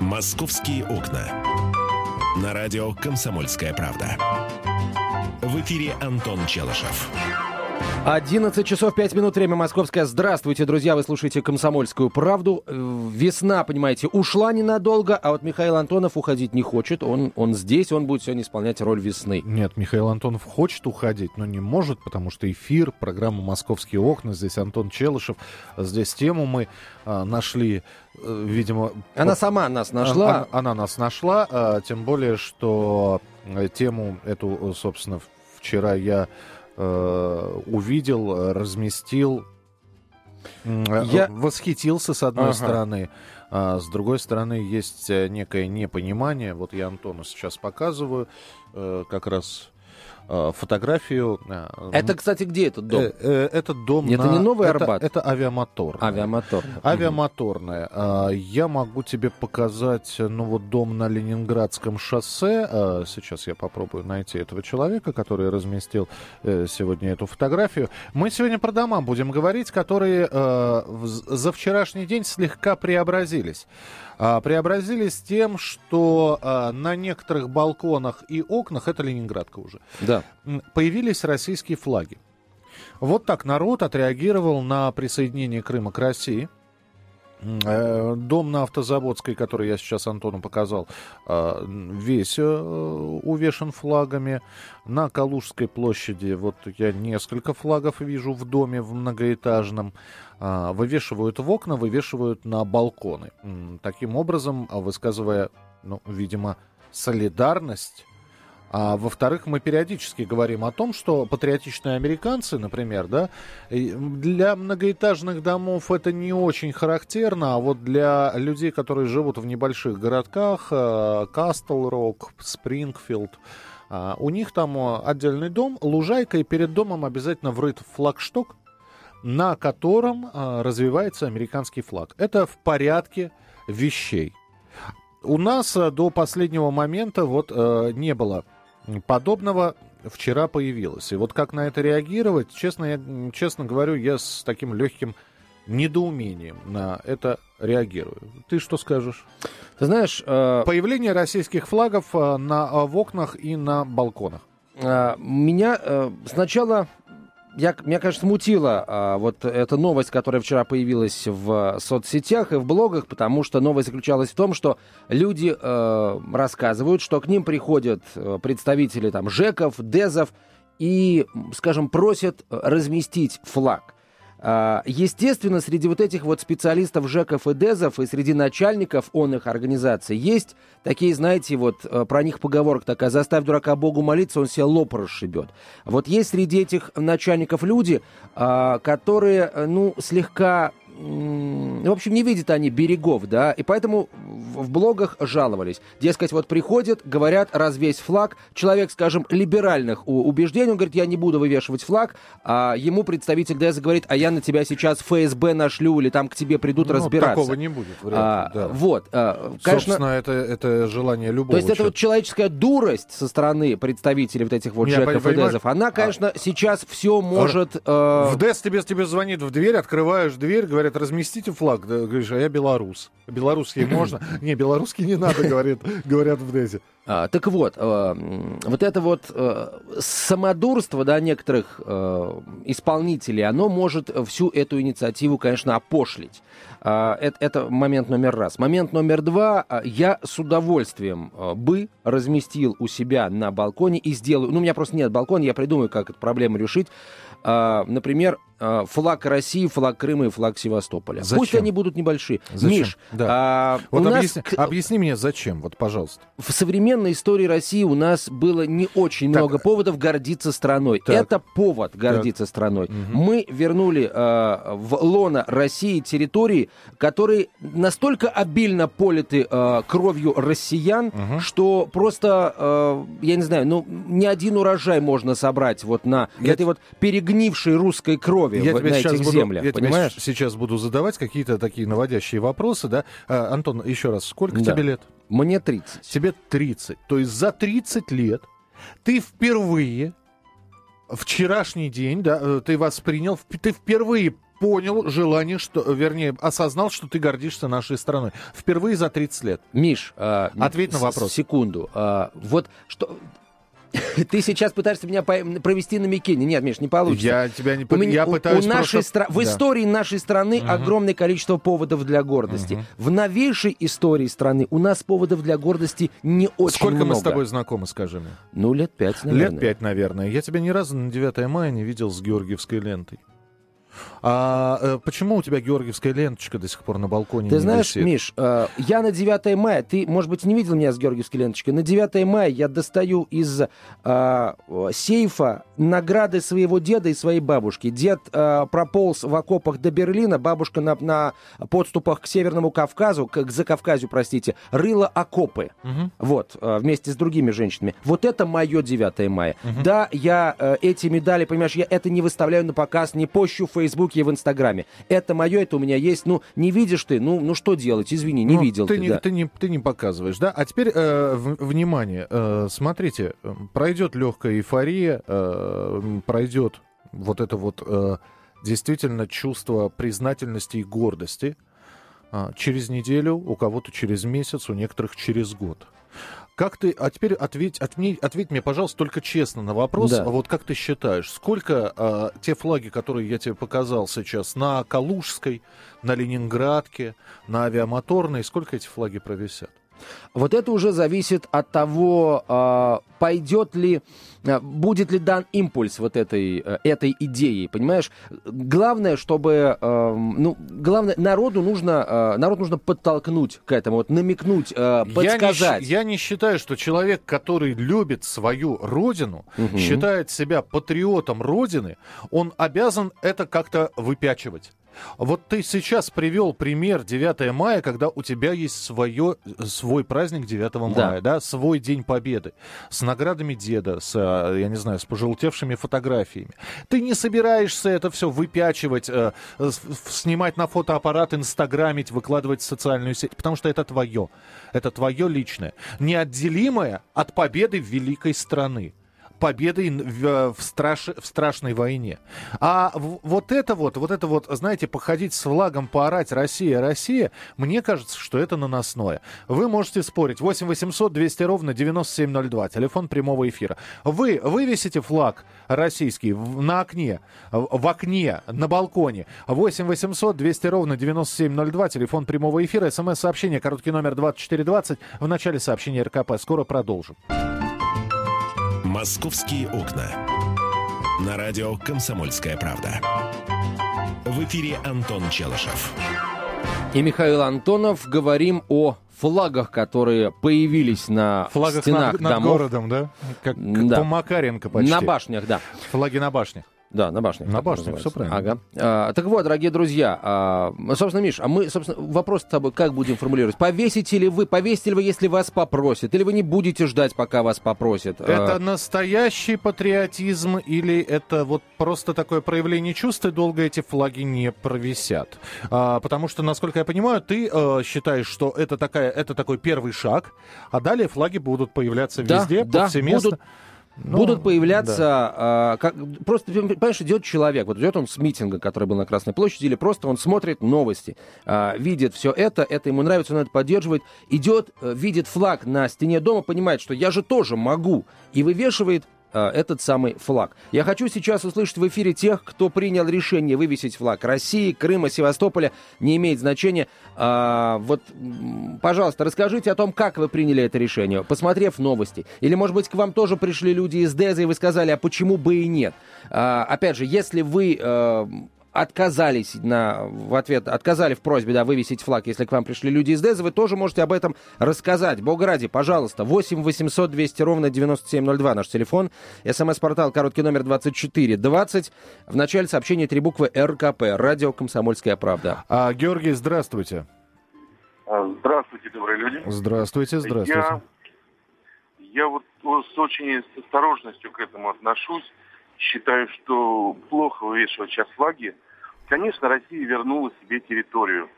«Московские окна». На радио «Комсомольская правда». В эфире Антон Челышев. 11 часов 5 минут, время московское. Здравствуйте, друзья, вы слушаете «Комсомольскую правду». Весна, понимаете, ушла ненадолго, а вот Михаил Антонов уходить не хочет. Он здесь, он будет сегодня исполнять роль весны. Нет, Михаил Антонов хочет уходить, но не может, потому что эфир, программа «Московские окна». Здесь Антон Челышев. Здесь тему мы нашли, видимо... Она сама нас нашла. Она нас нашла, тем более, что тему эту, собственно, вчера я... увидел, разместил, восхитился с одной стороны, а с другой стороны есть некое непонимание. Вот я Антону сейчас показываю как раз фотографию. Это, кстати, где этот дом? Этот дом... Это не Новый Арбат? Это авиамоторная. Авиамоторная. Я могу тебе показать, дом на Ленинградском шоссе. Сейчас я попробую найти этого человека, который разместил сегодня эту фотографию. Мы сегодня про дома будем говорить, которые за вчерашний день слегка преобразились. Преобразились тем, что на некоторых балконах и окнах, это Ленинградка уже, да, появились российские флаги. Вот так народ отреагировал на присоединение Крыма к России. Дом на Автозаводской, который я сейчас Антону показал, весь увешан флагами. На Калужской площади вот я несколько флагов вижу в доме, в многоэтажном. Вывешивают в окна, вывешивают на балконы. Таким образом, высказывая, видимо, солидарность. А во-вторых, мы периодически говорим о том, что патриотичные американцы, например, да, для многоэтажных домов это не очень характерно, а вот для людей, которые живут в небольших городках, Кастл-Рок, Спрингфилд, у них там отдельный дом, лужайка, и перед домом обязательно врыт флагшток, на котором развивается американский флаг. Это в порядке вещей. У нас до последнего момента не было подобного, вчера появилось. И вот как на это реагировать, честно говорю, я с таким легким недоумением на это реагирую. Ты что скажешь? Ты знаешь... Появление российских флагов в окнах и на балконах. Меня сначала... Меня, конечно, смутила вот эта новость, которая вчера появилась в соцсетях и в блогах, потому что новость заключалась в том, что люди рассказывают, что к ним приходят представители ЖЭКов, ДЭЗов и, скажем, просят разместить флаг. Естественно, среди вот этих специалистов ЖЭКов и ДЭЗов и среди начальников их организаций есть такие, знаете, про них поговорка такая: заставь дурака Богу молиться, он себе лоб расшибет. Вот есть среди этих начальников люди, которые, слегка... В общем, не видят они берегов, да, и поэтому в блогах жаловались. Дескать, приходят, говорят, развесь флаг. Человек, скажем, либеральных убеждений, он говорит, я не буду вывешивать флаг, а ему представитель ДС говорит, а я на тебя сейчас ФСБ нашлю, или там к тебе придут разбираться. Такого не будет, вряд ли, да. Конечно, собственно, это желание любого. То есть это человеческая дурость со стороны представителей этих ЖЭКов и ДЭЗов, она, конечно, сейчас все может... В ДЭЗ тебе звонит в дверь, открываешь дверь, говорят, разместите флаг. Да, говоришь, а я белорус. Белорусский можно? Не, белорусский не надо, говорят в ДЭЗе. Так вот это самодурство, да, некоторых исполнителей, оно может всю эту инициативу, конечно, опошлить. Это момент номер раз. Момент номер два. Я с удовольствием бы разместил у себя на балконе и сделаю... у меня просто нет балкона, я придумаю, как эту проблему решить. Например, флаг России, флаг Крыма и флаг Севастополя. Зачем? Пусть они будут небольшие. Зачем? Миш, да. Объясни мне, зачем, пожалуйста. В современной истории России у нас было не очень много поводов гордиться страной. Так. Это повод гордиться страной. Угу. Мы вернули в лоно России территории, которые настолько обильно политы кровью россиян, что просто, я не знаю, не один урожай можно собрать на этой перегнившей русской крови на этих землях. Я тебе сейчас буду задавать какие-то такие наводящие вопросы, да? Антон, еще раз, сколько тебе лет? Мне 30. Тебе 30. То есть за 30 лет ты впервые, вчерашний день, да, ты впервые понял желание, осознал, что ты гордишься нашей страной. Впервые за 30 лет. Миш, ответь на вопрос. Секунду. Вот что... Ты сейчас пытаешься меня провести на Микине. Нет, Миш, не получится. Я тебя не пытаюсь В истории нашей страны огромное количество поводов для гордости. В новейшей истории страны у нас поводов для гордости не очень много. Сколько мы с тобой знакомы, скажи мне? Ну, лет 5, наверное. Лет 5, наверное. Я тебя ни разу на 9 мая не видел с георгиевской лентой. А почему у тебя георгиевская ленточка до сих пор на балконе? Ты знаешь, висит? Миш, я на 9 мая, ты, может быть, не видел меня с георгиевской ленточкой, на 9 мая я достаю из сейфа награды своего деда и своей бабушки. Дед прополз в окопах до Берлина, бабушка на подступах к Северному Кавказу, к Закавказью, простите, рыла окопы. Вот, вместе с другими женщинами. Вот это мое 9 мая. Да, я эти медали, понимаешь, я это не выставляю на показ, не пощу в Фейсбуке и в Инстаграме. Это мое, это у меня есть. Ну, не видишь ты, ну что делать? Извини, не видел ты. Да. Ты не показываешь, да? А теперь, внимание, смотрите, пройдет легкая эйфория, пройдет вот это вот действительно чувство признательности и гордости. Через неделю, у кого-то через месяц, у некоторых через год. Как ты, а теперь ответь мне, пожалуйста, только честно на вопрос, да. Вот как ты считаешь, сколько те флаги, которые я тебе показал сейчас, на Калужской, на Ленинградке, на Авиамоторной, сколько эти флаги провисят? Вот это уже зависит от того, будет ли дан импульс вот этой идеи, понимаешь? Главное, чтобы, народу нужно подтолкнуть к этому, вот намекнуть, подсказать. Я не считаю, что человек, который любит свою родину, считает себя патриотом родины, он обязан это как-то выпячивать. Вот ты сейчас привел пример 9 мая, когда у тебя есть свой праздник 9 мая, да, свой День Победы, с наградами деда, с пожелтевшими фотографиями. Ты не собираешься это все выпячивать, снимать на фотоаппарат, инстаграмить, выкладывать в социальную сеть, потому что это твое личное, неотделимое от победы великой страны. Победой в страшной войне. А вот это, знаете, походить с флагом, поорать «Россия, Россия», мне кажется, что это наносное. Вы можете спорить. 8 800 200 ровно 9702. Телефон прямого эфира. Вы вывесите флаг российский на окне, в окне, на балконе. 8 800 200 ровно 9702. Телефон прямого эфира. СМС-сообщение, короткий номер 2420. В начале сообщения РКП. Скоро продолжим. «Московские окна». На радио «Комсомольская правда». В эфире Антон Челышев. И Михаил Антонов. Говорим о флагах, которые появились на стенах над домов. Городом, да? Как по Макаренко почти. На башнях, да. Флаги на башнях. Да, на башнях. На башнях, все правильно. Ага. Так вот, дорогие друзья, собственно, Миш, вопрос с тобой как будем формулировать? Повесите ли вы, если вас попросят, или вы не будете ждать, пока вас попросят? Это настоящий патриотизм или это вот просто такое проявление чувств, и долго эти флаги не провисят? Потому что, насколько я понимаю, ты считаешь, что это такой первый шаг, а далее флаги будут появляться везде, повсеместно. Будут появляться, просто, понимаешь, идет человек, вот идет он с митинга, который был на Красной площади, или просто он смотрит новости, видит все это ему нравится, он это поддерживает, идет, видит флаг на стене дома, понимает, что я же тоже могу, и вывешивает этот самый флаг. Я хочу сейчас услышать в эфире тех, кто принял решение вывесить флаг России, Крыма, Севастополя, не имеет значения. Вот, пожалуйста, расскажите о том, как вы приняли это решение, посмотрев новости. Или, может быть, к вам тоже пришли люди из ДЭЗа, и вы сказали, а почему бы и нет. Опять же, если вы отказали в просьбе, вывесить флаг, если к вам пришли люди из ДЭЗа, вы тоже можете об этом рассказать. Бога ради, пожалуйста, 8 800 200 ровно 9702 наш телефон, СМС-портал, короткий номер 2420, в начале сообщения 3 буквы РКП, радио «Комсомольская правда». Георгий, здравствуйте. Здравствуйте, добрые люди. Здравствуйте. Я вот с очень осторожностью к этому отношусь. Считаю, что плохо вывешивать сейчас флаги. Конечно, Россия вернула себе территорию,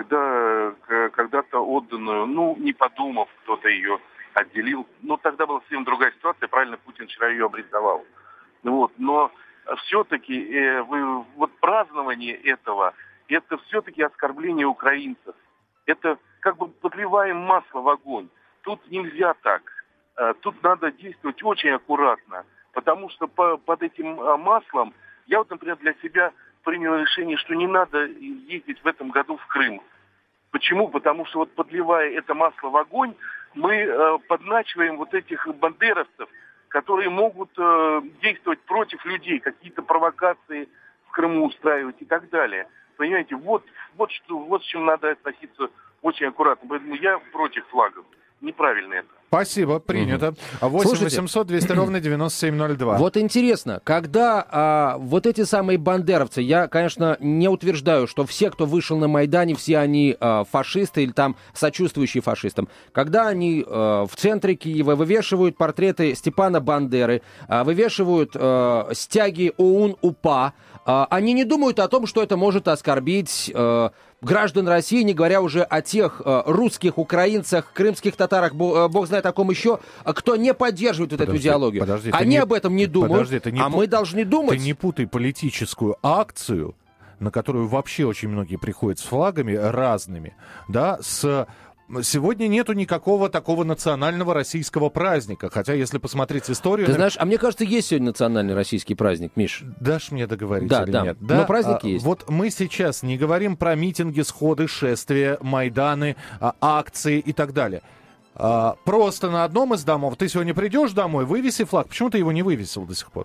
когда-то отданную, не подумав, кто-то ее отделил. Но тогда была совсем другая ситуация, правильно Путин вчера ее обрисовал. Но все-таки вот празднование этого, это все-таки оскорбление украинцев. Это как бы подливаем масло в огонь. Тут нельзя так. Тут надо действовать очень аккуратно. Потому что под этим маслом я вот, например, для себя принял решение, что не надо ездить в этом году в Крым. Почему? Потому что вот подливая это масло в огонь, мы подначиваем вот этих бандеровцев, которые могут действовать против людей, какие-то провокации в Крыму устраивать и так далее. Понимаете, вот с чем надо относиться очень аккуратно. Поэтому я против флагов. Неправильно это. Спасибо, принято. 8 800 200 ровно 9702. Вот интересно, когда вот эти самые бандеровцы, я, конечно, не утверждаю, что все, кто вышел на Майдане, все они фашисты или там сочувствующие фашистам, когда они в центре Киева вывешивают портреты Степана Бандеры, вывешивают стяги ОУН-УПА, они не думают о том, что это может оскорбить граждан России, не говоря уже о тех русских, украинцах, крымских татарах, бог знает о ком еще, кто не поддерживает вот эту идеологию. Они об этом не думают, мы должны думать. Ты не путай политическую акцию, на которую вообще очень многие приходят с флагами разными, да, Сегодня нету никакого такого национального российского праздника. Хотя, если посмотреть историю... Ты знаешь, а мне кажется, есть сегодня национальный российский праздник, Миш. Дашь мне договорить или нет? Да, но праздники есть. Вот мы сейчас не говорим про митинги, сходы, шествия, майданы, акции и так далее. Просто на одном из домов ты сегодня придешь домой, вывеси флаг. Почему ты его не вывесил до сих пор?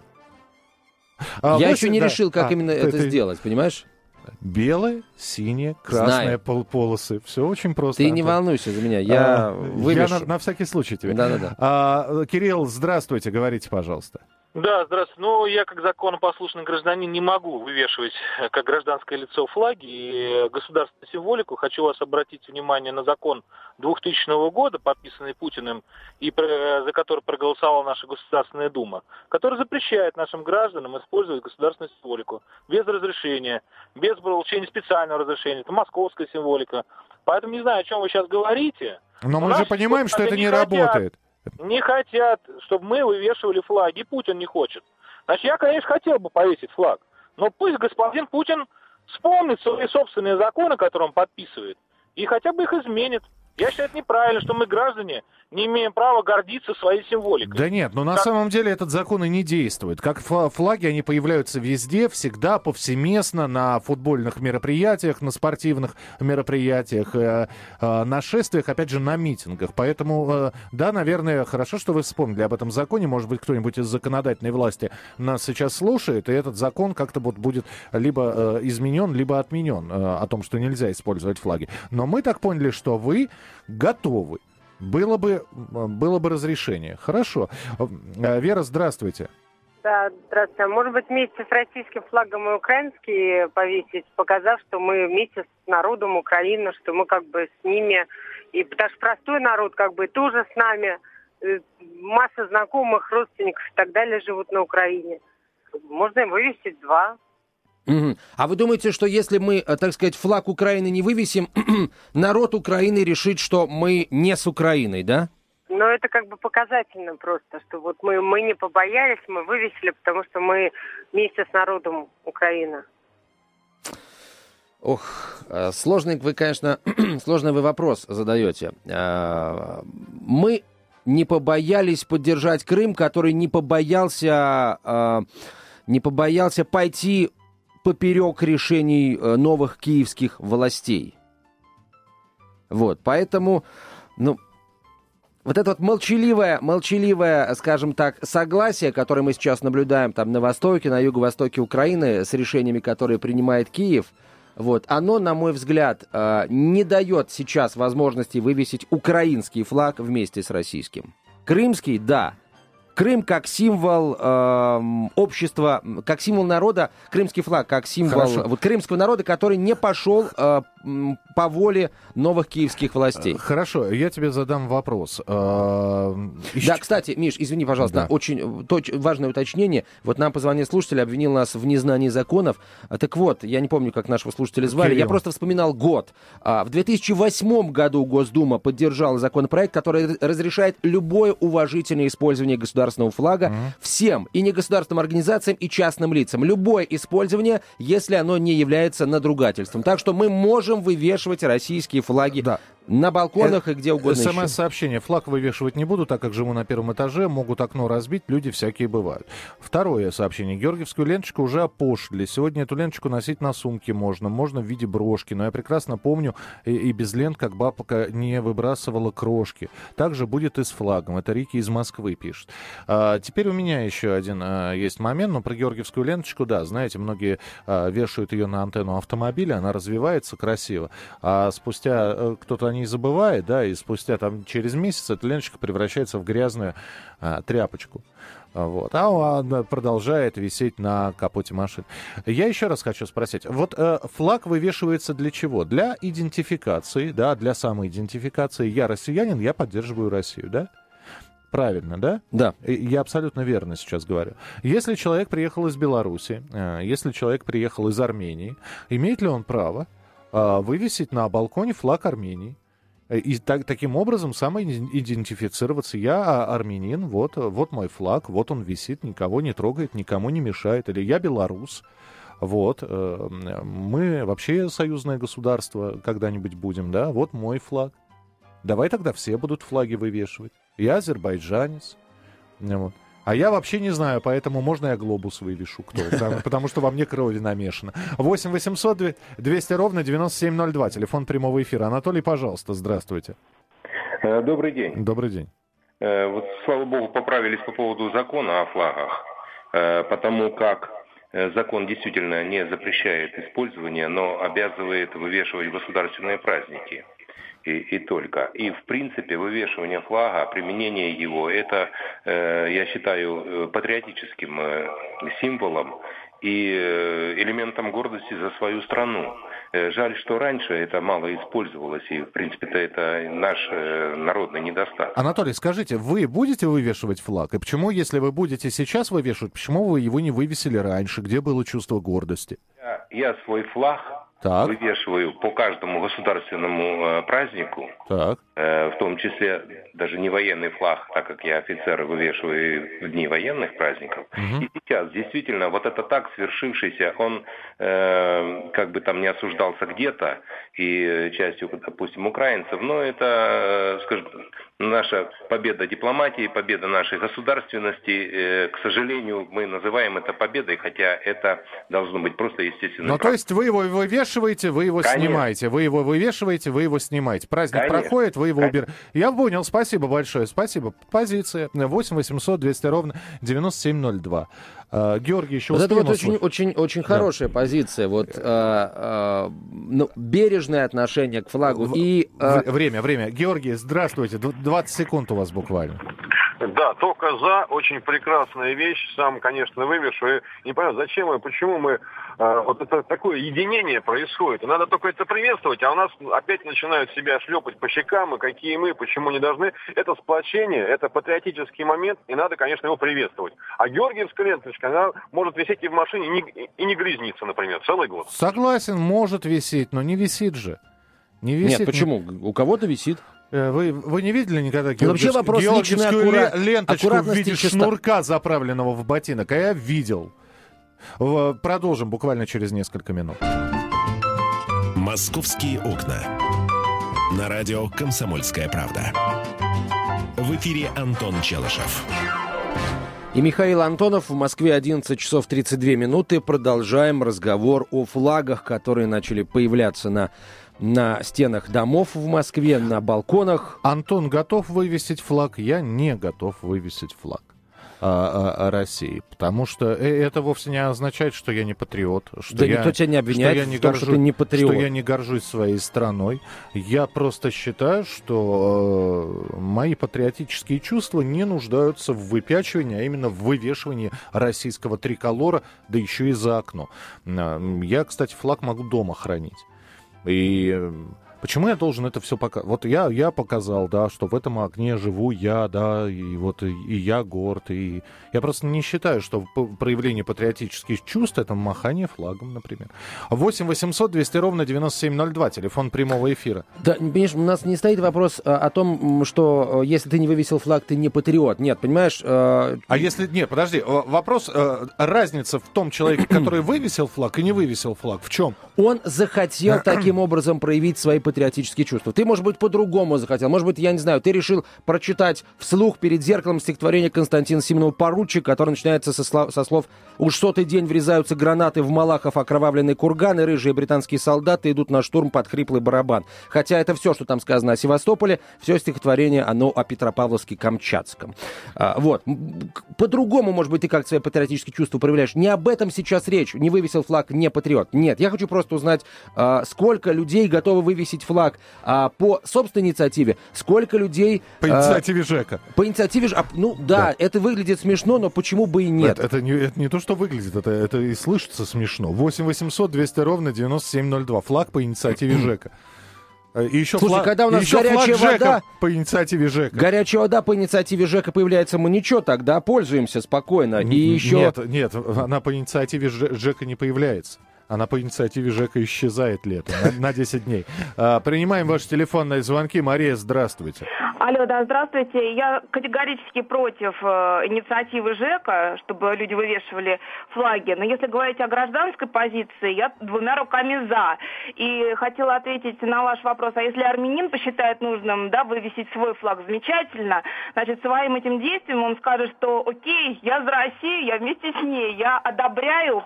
Я еще не решил, как именно это сделать, понимаешь? Белые, синие, красные полосы. Все очень просто. Ты не волнуйся за меня, я вывешу. Я на всякий случай тебе. Да. Кирилл, здравствуйте, говорите, пожалуйста. Да, здравствуйте. Ну, я как законопослушный гражданин не могу вывешивать как гражданское лицо флаги и государственную символику. Хочу вас обратить внимание на закон 2000 года, подписанный Путиным, и за который проголосовала наша Государственная Дума, который запрещает нашим гражданам использовать государственную символику без разрешения, без получения специального разрешения. Это московская символика. Поэтому не знаю, о чем вы сейчас говорите. Но мы же понимаем, что это не работает. Не хотят, чтобы мы вывешивали флаги, и Путин не хочет. Значит, я, конечно, хотел бы повесить флаг, но пусть господин Путин вспомнит свои собственные законы, которые он подписывает, и хотя бы их изменит. Я считаю, это неправильно, что мы, граждане, не имеем права гордиться своей символикой. Да нет, но на самом деле этот закон и не действует. Как флаги, они появляются везде, всегда, повсеместно, на футбольных мероприятиях, на спортивных мероприятиях, на шествиях, опять же, на митингах. Поэтому, да, наверное, хорошо, что вы вспомнили об этом законе. Может быть, кто-нибудь из законодательной власти нас сейчас слушает, и этот закон как-то вот будет либо изменен, либо отменен о том, что нельзя использовать флаги. Но мы так поняли, что вы готовы. Было бы разрешение. Хорошо. Вера, здравствуйте. Да, здравствуйте. А может быть, вместе с российским флагом и украинский повесить, показав, что мы вместе с народом Украины, что мы как бы с ними, и потому что простой народ как бы тоже с нами, масса знакомых, родственников и так далее живут на Украине. Можно им вывесить 2. Угу. А вы думаете, что если мы, так сказать, флаг Украины не вывесим, народ Украины решит, что мы не с Украиной, да? Ну, это как бы показательно просто, что вот мы не побоялись, мы вывесили, потому что мы вместе с народом Украины. Ох, сложный вы, конечно, сложный вы вопрос задаете. Мы не побоялись поддержать Крым, который не побоялся пойти поперек решений новых киевских властей. Вот, поэтому, вот это вот молчаливое, скажем так, согласие, которое мы сейчас наблюдаем там на востоке, на юго-востоке Украины, с решениями, которые принимает Киев, вот, оно, на мой взгляд, не дает сейчас возможности вывесить украинский флаг вместе с российским. Крымский, да. Крым как символ общества, как символ народа, крымский флаг как символ вот, крымского народа, который не пошел по воле новых киевских властей. Хорошо, я тебе задам вопрос. Да, кстати, Миш, извини, пожалуйста, Да. очень важное уточнение. Вот нам позвонил слушатель, обвинил нас в незнании законов. Так вот, я не помню, как нашего слушателя звали, Кирилл. я просто вспоминал год. В 2008 году Госдума поддержала законопроект, который разрешает любое уважительное использование государственного флага всем, и негосударственным организациям, и частным лицам. Любое использование, если оно не является надругательством. Так что мы можем вывешивать российские флаги Да. на балконах и где угодно еще. СМС-сообщение. Флаг вывешивать не буду, так как живу на первом этаже. Могут окно разбить, люди всякие бывают. Второе сообщение. Георгиевскую ленточку уже опошлили. Сегодня эту ленточку носить на сумке можно. Можно в виде брошки. Но я прекрасно помню и без лент, как бабка не выбрасывала крошки. Также будет и с флагом. Это Рики из Москвы пишет. Теперь у меня еще один есть момент. Но про георгиевскую ленточку, да, знаете, многие вешают ее на антенну автомобиля. Она развивается красиво. А спустя кто-то о ней забывает, да, и спустя там через месяц эта ленточка превращается в грязную тряпочку. Вот. А он продолжает висеть на капоте машины. Я еще раз хочу спросить. Вот флаг вывешивается для чего? Для идентификации, да, для самоидентификации. Я россиянин, я поддерживаю Россию, да? Правильно, да? Да. Я абсолютно верно сейчас говорю. Если человек приехал из Беларуси, если человек приехал из Армении, имеет ли он право вывесить на балконе флаг Армении? И таким образом самоидентифицироваться. Я армянин, вот мой флаг, вот он висит, никого не трогает, никому не мешает. Или я белорус, вот, мы вообще союзное государство когда-нибудь будем, да, вот мой флаг. Давай тогда все будут флаги вывешивать. Я азербайджанец, вот. А я вообще не знаю, поэтому можно я глобус вывешу, потому что во мне крови намешано. 8 800 200 ровно 9702, телефон прямого эфира. Анатолий, пожалуйста, здравствуйте. Добрый день. Добрый день. Вот, слава богу, поправились по поводу закона о флагах, потому как закон действительно не запрещает использование, но обязывает вывешивать государственные праздники. И только. И, в принципе, вывешивание флага, применение его, это, я считаю, патриотическим символом и элементом гордости за свою страну. Жаль, что раньше это мало использовалось, и, в принципе-то, это наш народный недостаток. Анатолий, скажите, вы будете вывешивать флаг? И почему, если вы будете сейчас вывешивать, почему вы его не вывесили раньше? Где было чувство гордости? Я свой флаг так вывешиваю по каждому государственному празднику, так. В том числе даже не военный флаг, так как я офицер, вывешиваю в дни военных праздников. И сейчас действительно вот этот акт свершившийся, он как бы там не осуждался где-то и частью, допустим, украинцев, но это, скажем, наша победа дипломатии, победа нашей государственности. К сожалению, мы называем это победой, хотя это должно быть просто естественным. Ну, то есть вы его вывешиваете, вы его снимаете. Вы его вывешиваете, вы его снимаете. Праздник проходит, вы его убираете. Я понял, спасибо большое, спасибо. Позиция 8 800 200 ровно 9702. Георгий, еще вот это вот очень хорошая позиция. Вот, бережное отношение к флагу. Время. Георгий, здравствуйте. 20 секунд у вас буквально. Да, только за. Очень прекрасная вещь. Сам, конечно, вывешу. И не понимаю, зачем и почему мы... вот это такое единение происходит. И надо только это приветствовать, а у нас опять начинают себя шлепать по щекам, и какие мы, почему не должны. Это сплочение, это патриотический момент, и надо, конечно, его приветствовать. А георгиевская ленточка, она может висеть и в машине, и не грязниться, например, целый год. Согласен, может висеть, но не висит же. Не висит. Нет, почему? У кого-то висит. Вы не видели никогда георгиевскую ленточку в виде шнурка, заправленного в ботинок? А я видел. Продолжим буквально через несколько минут. «Московские окна». На радио «Комсомольская правда». В эфире Антон Челышев. И Михаил Антонов. В Москве 11 часов 32 минуты. Продолжаем разговор о флагах, которые начали появляться на стенах домов в Москве, на балконах. Антон готов вывесить флаг, я не готов вывесить флаг России, потому что это вовсе не означает, что я не патриот, что никто тебя не обвиняет в том, что ты не патриот. Что я не горжусь своей страной. Я просто считаю, что мои патриотические чувства не нуждаются в выпячивании, а именно в вывешивании российского триколора, да еще и за окно. Я, кстати, флаг могу дома хранить. И почему я должен это все показать? Вот я показал, да, что в этом огне живу я, да, и вот и я горд, и я просто не считаю, что проявление патриотических чувств — это махание флагом, например. 8 800 200 ровно 9702, телефон прямого эфира. Да, понимаешь, у нас не стоит вопрос о том, что если ты не вывесил флаг, ты не патриот. Нет, понимаешь... А если... Нет, подожди, вопрос, разница в том человеке, который вывесил флаг и не вывесил флаг, в чем? Он захотел таким образом проявить свои патриотические чувства. Ты, может быть, по-другому захотел. Может быть, я не знаю, ты решил прочитать вслух перед зеркалом стихотворение Константина Симонова «Поручик», которое начинается со слов «Уж сотый день врезаются гранаты в Малахов окровавленный курган, и рыжие британские солдаты идут на штурм под хриплый барабан». Хотя это все, что там сказано о Севастополе, все стихотворение, оно о Петропавловске-Камчатском. Вот. По-другому, может быть, ты как свои патриотические чувства проявляешь. Не об этом сейчас речь. Не вывесил флаг, не патриот. Нет, я хочу просто узнать, сколько людей готовы вывесить флаг по собственной инициативе, сколько людей... По инициативе ЖЭКа. По инициативе ЖЭКа. Ну да, это выглядит смешно, но почему бы и нет? Это не то, что выглядит, это и слышится смешно. 8 800 200 ровно 9702. Флаг по инициативе ЖЭКа. И еще слушай, когда у нас горячая вода по инициативе ЖЭКа. Горячая вода по инициативе ЖЭКа появляется, мы ничего, тогда пользуемся спокойно. И еще... Нет, она по инициативе ЖЭКа не появляется. Она по инициативе ЖЭКа исчезает летом на 10 дней. Принимаем ваши телефонные звонки. Мария, здравствуйте. Алло, да, здравствуйте. Я категорически против инициативы ЖЭКа, чтобы люди вывешивали флаги. Но если говорить о гражданской позиции, я двумя руками за. И хотела ответить на ваш вопрос. А если армянин посчитает нужным, да, вывесить свой флаг, замечательно. Значит, своим этим действием он скажет, что окей, я за Россию, я вместе с ней, я одобряю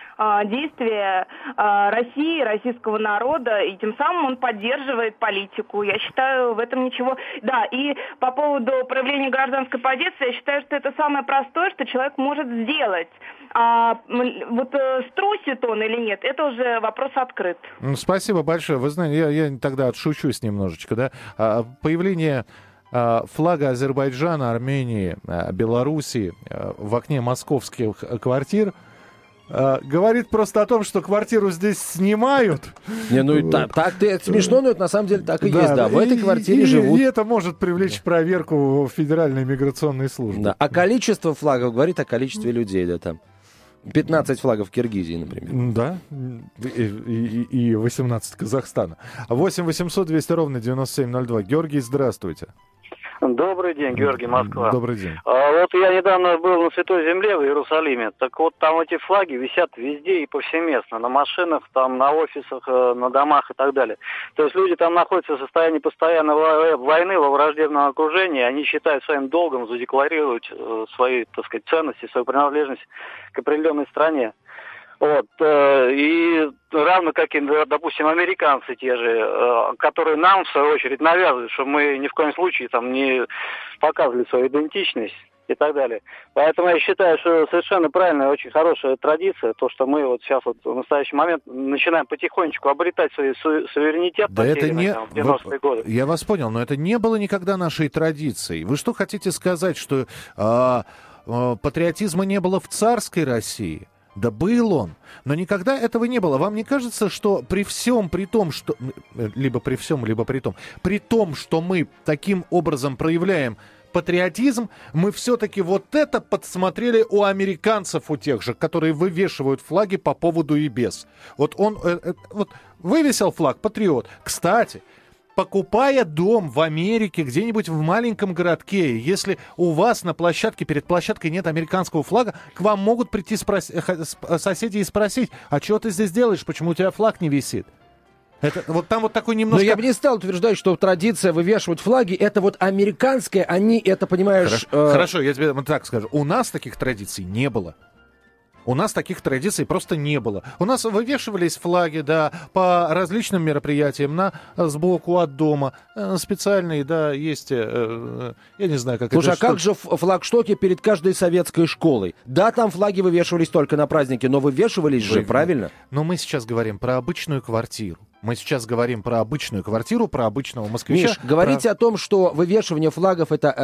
действия России, российского народа, и тем самым он поддерживает политику. Я считаю, в этом ничего... Да, и по поводу проявления гражданской позиции, я считаю, что это самое простое, что человек может сделать. Вот струсит он или нет, это уже вопрос открыт. Спасибо большое. Вы знаете, я тогда отшучусь немножечко, да? Появление флага Азербайджана, Армении, Белоруссии в окне московских квартир говорит просто о том, что квартиру здесь снимают. Не, ну это смешно, но это на самом деле так и есть. Да, в этой квартире живут. И это может привлечь проверку Федеральной миграционной службы. Да. А количество флагов говорит о количестве людей, да, там. 15 флагов Киргизии, например. Да, и 18 Казахстана. 8 800 200 ровно 9702. Георгий, здравствуйте. Добрый день, Георгий, Москва. Добрый день. Вот я недавно был на Святой Земле в Иерусалиме. Так вот, там эти флаги висят везде и повсеместно. На машинах, там, на офисах, на домах и так далее. То есть люди там находятся в состоянии постоянной войны, во враждебном окружении. Они считают своим долгом задекларировать свои, так сказать, ценности, свою принадлежность к определенной стране. Вот, и равно как и, допустим, американцы те же, которые нам, в свою очередь, навязывают, что мы ни в коем случае там не показывали свою идентичность и так далее. Поэтому я считаю, что совершенно правильная, очень хорошая традиция, то, что мы вот сейчас вот в настоящий момент начинаем потихонечку обретать свой суверенитет. Да это не... в 90-е годы. Я вас понял, но это не было никогда нашей традицией. Вы что хотите сказать, что патриотизма не было в царской России? Да был он, но никогда этого не было. Вам не кажется, что при том, что... Либо при всем, либо при том, что мы таким образом проявляем патриотизм, мы все-таки вот это подсмотрели у американцев, у тех же, которые вывешивают флаги по поводу и без. Вот он вот вывесил флаг «Патриот». Кстати, покупая дом в Америке, где-нибудь в маленьком городке, если у вас на площадке, перед площадкой нет американского флага, к вам могут прийти соседи и спросить, а что ты здесь делаешь, почему у тебя флаг не висит? Это, вот там вот такой немножко... Но я бы не стал утверждать, что традиция вывешивать флаги, это вот американская, они это, понимаешь... Хорошо, я тебе так скажу. У нас таких традиций не было. У нас таких традиций просто не было. У нас вывешивались флаги, да, по различным мероприятиям, сбоку от дома. Специальные, да, есть, я не знаю, как Слушай, это... Слушай, а как же флагштоки перед каждой советской школой? Да, там флаги вывешивались только на праздники, но вывешивались же, правильно? Но мы сейчас говорим про обычную квартиру. Мы сейчас говорим про обычную квартиру, про обычного москвича. Миш, говорить о том, что вывешивание флагов — это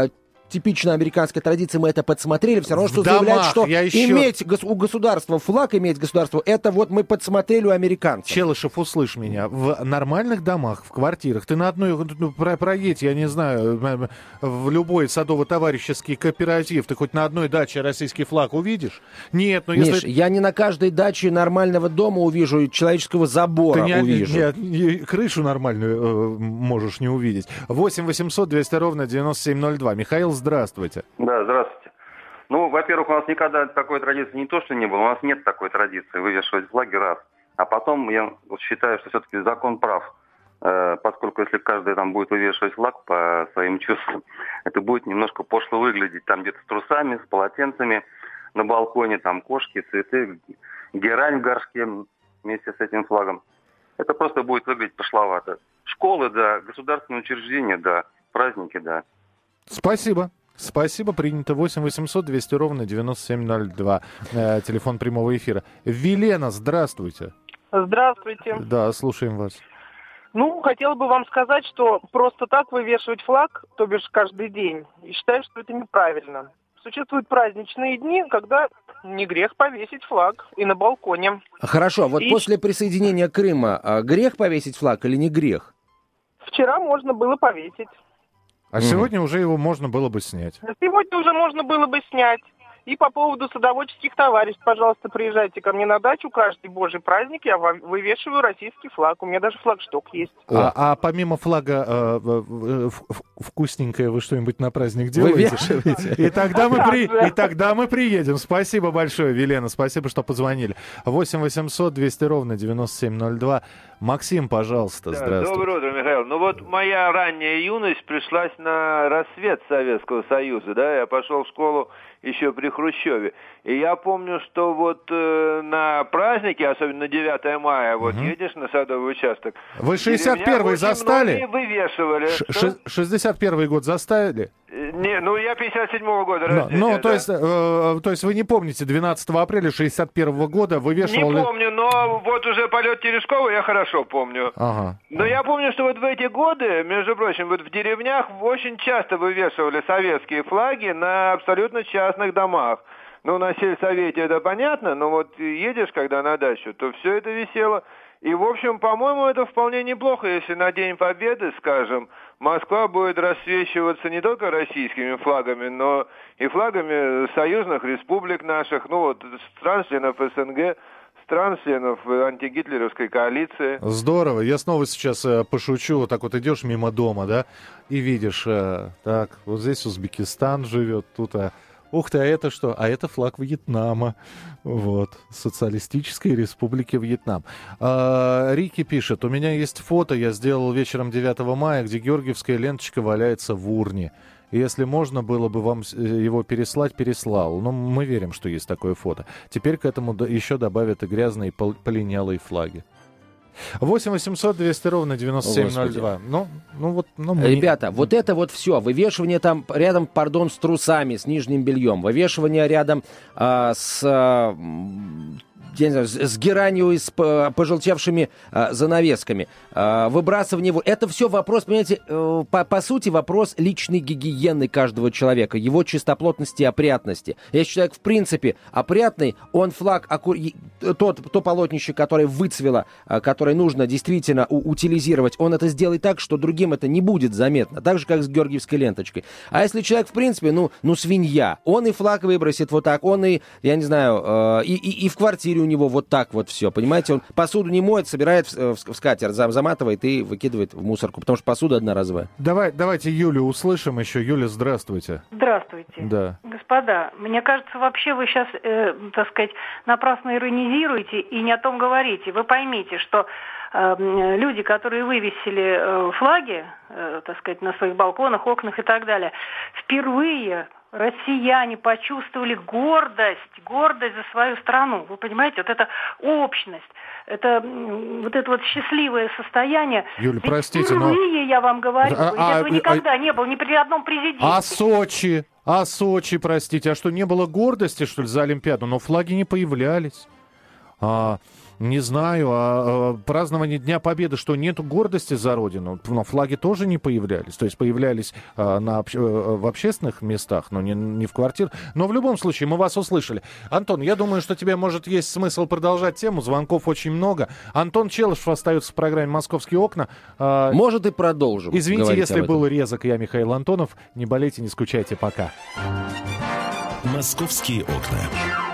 типичная американская традиция, мы это подсмотрели, все равно, что домах, заявлять, что еще... у государства флаг, иметь государство, это вот мы подсмотрели у американцев. Челышев, услышь меня. В нормальных домах, в квартирах, ты на одной проедь, я не знаю, в любой садово-товарищеский кооператив, ты хоть на одной даче российский флаг увидишь? Нет, но если... Миш, я не на каждой даче нормального дома увижу, человеческого забора увижу. Не крышу нормальную можешь не увидеть. 8 800 200 ровно 9702. Михаил, здравствуйте. Да, здравствуйте. Ну, во-первых, у нас никогда такой традиции не то, что не было, у нас нет такой традиции вывешивать флаги, раз. А потом, я считаю, что все-таки закон прав, поскольку если каждый там будет вывешивать флаг по своим чувствам, это будет немножко пошло выглядеть. Там где-то с трусами, с полотенцами на балконе, там кошки, цветы, герань в горшке вместе с этим флагом. Это просто будет выглядеть пошловато. Школы, да, государственные учреждения, да, праздники, да. Спасибо. Спасибо, принято. 8 800 200 ровно 9702. Телефон прямого эфира. Велена, здравствуйте. Здравствуйте. Да, слушаем вас. Ну, хотела бы вам сказать, что просто так вывешивать флаг, то бишь каждый день, и считаю, что это неправильно. Существуют праздничные дни, когда не грех повесить флаг и на балконе. Хорошо, вот после присоединения Крыма грех повесить флаг или не грех? Вчера можно было повесить. А сегодня уже его можно было бы снять. Сегодня уже можно было бы снять. И по поводу садоводческих товариществ, пожалуйста, приезжайте ко мне на дачу. Каждый божий праздник я вывешиваю российский флаг. У меня даже флагшток есть. А помимо флага вкусненькое вы что-нибудь на праздник делаете? Вывешиваете. И тогда мы приедем. Спасибо большое, Велена. Спасибо, что позвонили. 8 800 200 ровно 9702. Максим, пожалуйста, здравствуйте. Доброе утро, Михаил. Ну вот моя ранняя юность пришлась на рассвет Советского Союза. Да? Я пошел в школу еще при Хрущеве. И я помню, что вот на праздники, особенно на 9 мая, вот едешь на садовый участок. Вы 61-й застали? Вывешивали. 61-й год застали? Не, ну я 57-го года рождения. Ну, то есть вы не помните 12 апреля 61-го года вывешивали... Не помню, но вот уже полет Терешкова я хорошо помню. Ага. Но я помню, что вот в эти годы, между прочим, вот в деревнях очень часто вывешивали советские флаги на абсолютно частных домах. Ну, на сельсовете это понятно, но вот едешь когда на дачу, то все это висело. И, в общем, по-моему, это вполне неплохо, если на День Победы, скажем, Москва будет рассвечиваться не только российскими флагами, но и флагами союзных республик наших, ну вот, стран-членов СНГ, стран-членов антигитлеровской коалиции. Здорово. Я снова сейчас пошучу. Вот так вот идешь мимо дома, да, и видишь, так, вот здесь Узбекистан живет, тут... Ух ты, а это что? А это флаг Вьетнама. Вот. Социалистической Республики Вьетнам. Рики пишет. У меня есть фото, я сделал вечером 9 мая, где георгиевская ленточка валяется в урне. И если можно было бы вам его переслать, переслал. Но мы верим, что есть такое фото. Теперь к этому еще добавят и грязные полинялые флаги. 8 800 200 ровно 9702. Ребята, вот это вот все. Вывешивание там рядом, пардон, с трусами, с нижним бельем. Вывешивание рядом я не знаю, с геранью и с пожелтевшими занавесками, выбрасывание его. Это все вопрос, понимаете, по сути, вопрос личной гигиены каждого человека, его чистоплотности и опрятности. Если человек, в принципе, опрятный, он флаг, то полотнище, которое выцвело, которое нужно действительно утилизировать, он это сделает так, что другим это не будет заметно. Так же, как с георгиевской ленточкой. А если человек, в принципе, свинья, он и флаг выбросит вот так, он и, я не знаю, и в квартире у него вот так вот все, понимаете, он посуду не моет, собирает в скатерть, заматывает и выкидывает в мусорку, потому что посуда одноразовая. Давайте Юлю услышим еще. Юля, здравствуйте. Здравствуйте. Да. Господа, мне кажется, вообще вы сейчас, так сказать, напрасно иронизируете и не о том говорите. Вы поймите, что люди, которые вывесили флаги, так сказать, на своих балконах, окнах и так далее, впервые россияне почувствовали гордость за свою страну. Вы понимаете, вот эта общность, это вот это вот счастливое состояние. Юля, простите, впервые, я вам говорю, этого никогда не было ни при одном президенте. А Сочи, простите, а что, не было гордости, что ли, за Олимпиаду? Но флаги не появлялись. Не знаю, празднование Дня Победы, что нету гордости за Родину? Но флаги тоже не появлялись. То есть появлялись в общественных местах, но не в квартирах. Но в любом случае мы вас услышали. Антон, я думаю, что тебе, может, есть смысл продолжать тему. Звонков очень много. Антон Челышев остается в программе «Московские окна». Может, и продолжим. Извините, если был резок, я Михаил Антонов. Не болейте, не скучайте. Пока. «Московские окна».